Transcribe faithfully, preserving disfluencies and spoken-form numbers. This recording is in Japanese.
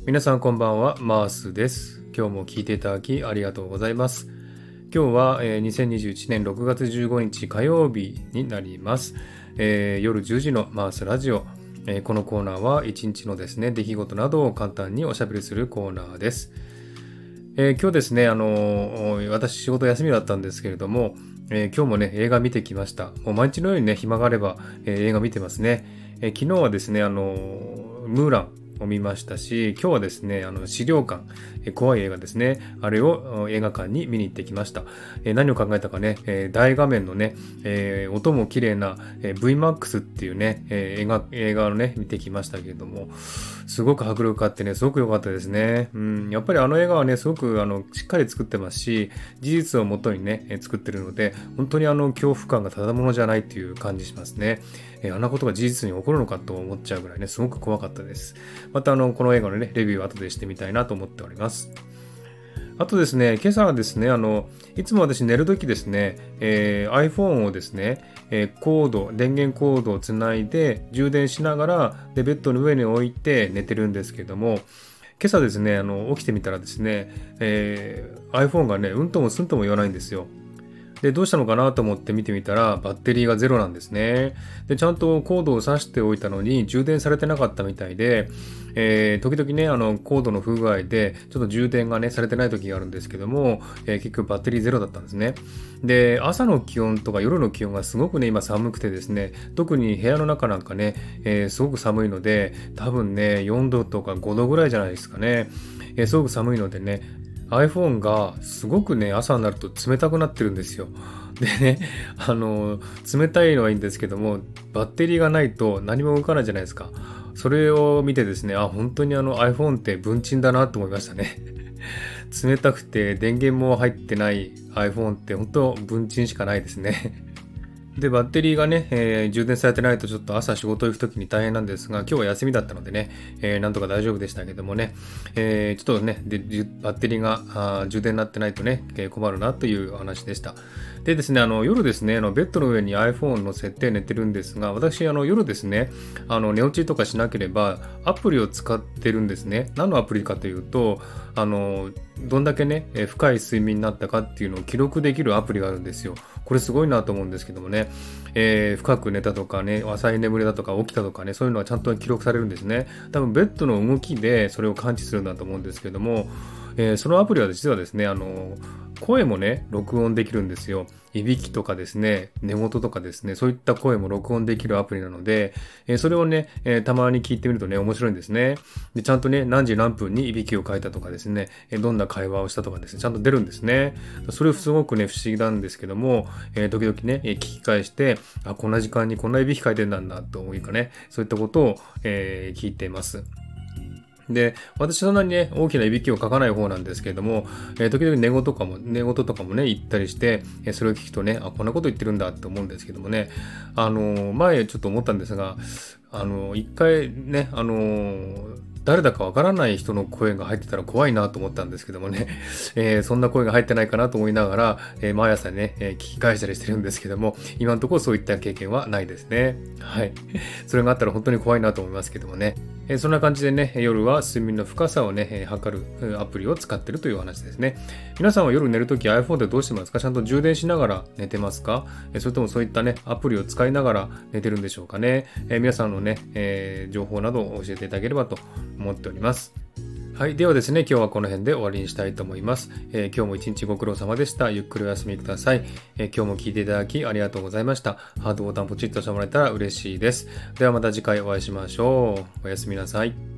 皆さんこんばんは、マースです。今日も聞いていただきありがとうございます。今日は、えー、にせんにじゅういちねんろくがつじゅうごにち火曜日になります。えー、夜じゅうじのマースラジオ、えー、このコーナーはいちにちのですね出来事などを簡単におしゃべりするコーナーです。えー、今日ですね、あのー、私仕事休みだったんですけれども、えー、今日もね映画見てきました。もう毎日のようにね暇があれば、えー、映画見てますね。えー、昨日はですね、あのー、ムーランを見ましたし、今日はですね、あの資料館、え怖い映画ですね、あれを映画館に見に行ってきました。え何を考えたかね、え大画面のね、え音も綺麗な、え ブイマックス っていうね、え映画映画をね見てきましたけれども、すごく迫力あってね、すごく良かったですね。うん、やっぱりあの映画はね、すごくあのしっかり作ってますし、事実をもとにね作ってるので、本当にあの恐怖感がただものじゃないっていう感じしますね。えあんなことが事実に起こるのかと思っちゃうぐらいね、すごく怖かったです。またあのこの映画のねレビューを後でしてみたいなと思っております。あとですね、今朝はですね、あのいつも私寝るときですね、えー、iPhone をですね、えー、コード電源コードをつないで充電しながらでベッドの上に置いて寝てるんですけども、今朝ですね、あの起きてみたらですね、えー、iPhone がねうんともすんとも言わないんですよ。で、どうしたのかなと思って見てみたら、バッテリーがゼロなんですね。で、ちゃんとコードを挿しておいたのに、充電されてなかったみたいで、えー、時々ね、あの、コードの不具合で、ちょっと充電がね、されてない時があるんですけども、えー、結局バッテリーゼロだったんですね。で、朝の気温とか夜の気温がすごくね、今寒くてですね、特に部屋の中なんかね、えー、すごく寒いので、多分ね、よんどとかごどぐらいじゃないですかね。えー、すごく寒いのでね、iPhone がすごくね朝になると冷たくなってるんですよ。でね、あの冷たいのはいいんですけども、バッテリーがないと何も動かないじゃないですか。それを見てですね、あ、本当にあの iPhone って文鎮だなと思いましたね。冷たくて電源も入ってない iPhone って本当文鎮しかないですね。で、バッテリーがね、えー、充電されてないとちょっと朝仕事行くときに大変なんですが、今日は休みだったのでね、えー、なんとか大丈夫でしたけどもね、えー、ちょっとね、でバッテリーがあ充電になってないとね、えー、困るなというお話でした。でですね、あの夜ですね、あのベッドの上に iPhone を乗せて寝てるんですが、私あの夜ですね、あの寝落ちとかしなければアプリを使ってるんですね。何のアプリかというと、あのどんだけね、えー、深い睡眠になったかっていうのを記録できるアプリがあるんですよ。これすごいなと思うんですけどもね、えー、深く寝たとかね、浅い眠りだとか起きたとかね、そういうのはちゃんと記録されるんですね。多分ベッドの動きでそれを感知するんだと思うんですけども、えー、そのアプリは実はですね、あの声もね録音できるんですよ。いびきとかですね、寝言とかですね、そういった声も録音できるアプリなので、えー、それをね、えー、たまに聞いてみるとね面白いんですね。で、ちゃんとね何時何分にいびきをかいたとかですね、えー、どんな会話をしたとかですね、ちゃんと出るんですね。それすごくね不思議なんですけども、えー、時々ね、えー、聞き返して、あ、こんな時間にこんないびきかいてんだんだというかね、そういったことを、えー、聞いています。で、私そんなにね、大きないびきをかかない方なんですけれども、えー、時々寝言とかも、寝言とかもね、言ったりして、えー、それを聞くとね、あ、こんなこと言ってるんだって思うんですけどもね、あのー、前ちょっと思ったんですが、あのー、一回ね、あのー、誰だかわからない人の声が入ってたら怖いなと思ったんですけどもね、えー、そんな声が入ってないかなと思いながら、えー、毎朝ね、えー、聞き返したりしてるんですけども、今のところそういった経験はないですね。はい。それがあったら本当に怖いなと思いますけどもね。えー、そんな感じでね、夜は睡眠の深さをね、えー、測るアプリを使ってるという話ですね。皆さんは夜寝るとき iPhone でどうしてますか？ちゃんと充電しながら寝てますか？えー、それともそういったね、アプリを使いながら寝てるんでしょうかね。えー、皆さんのね、えー、情報などを教えていただければと思っております。はい。ではですね、今日はこの辺で終わりにしたいと思います。えー、今日も一日ご苦労様でした。ゆっくりお休みください。えー、今日も聞いていただきありがとうございました。ハートボタンポチッとしてもらえたら嬉しいです。ではまた次回お会いしましょう。おやすみなさい。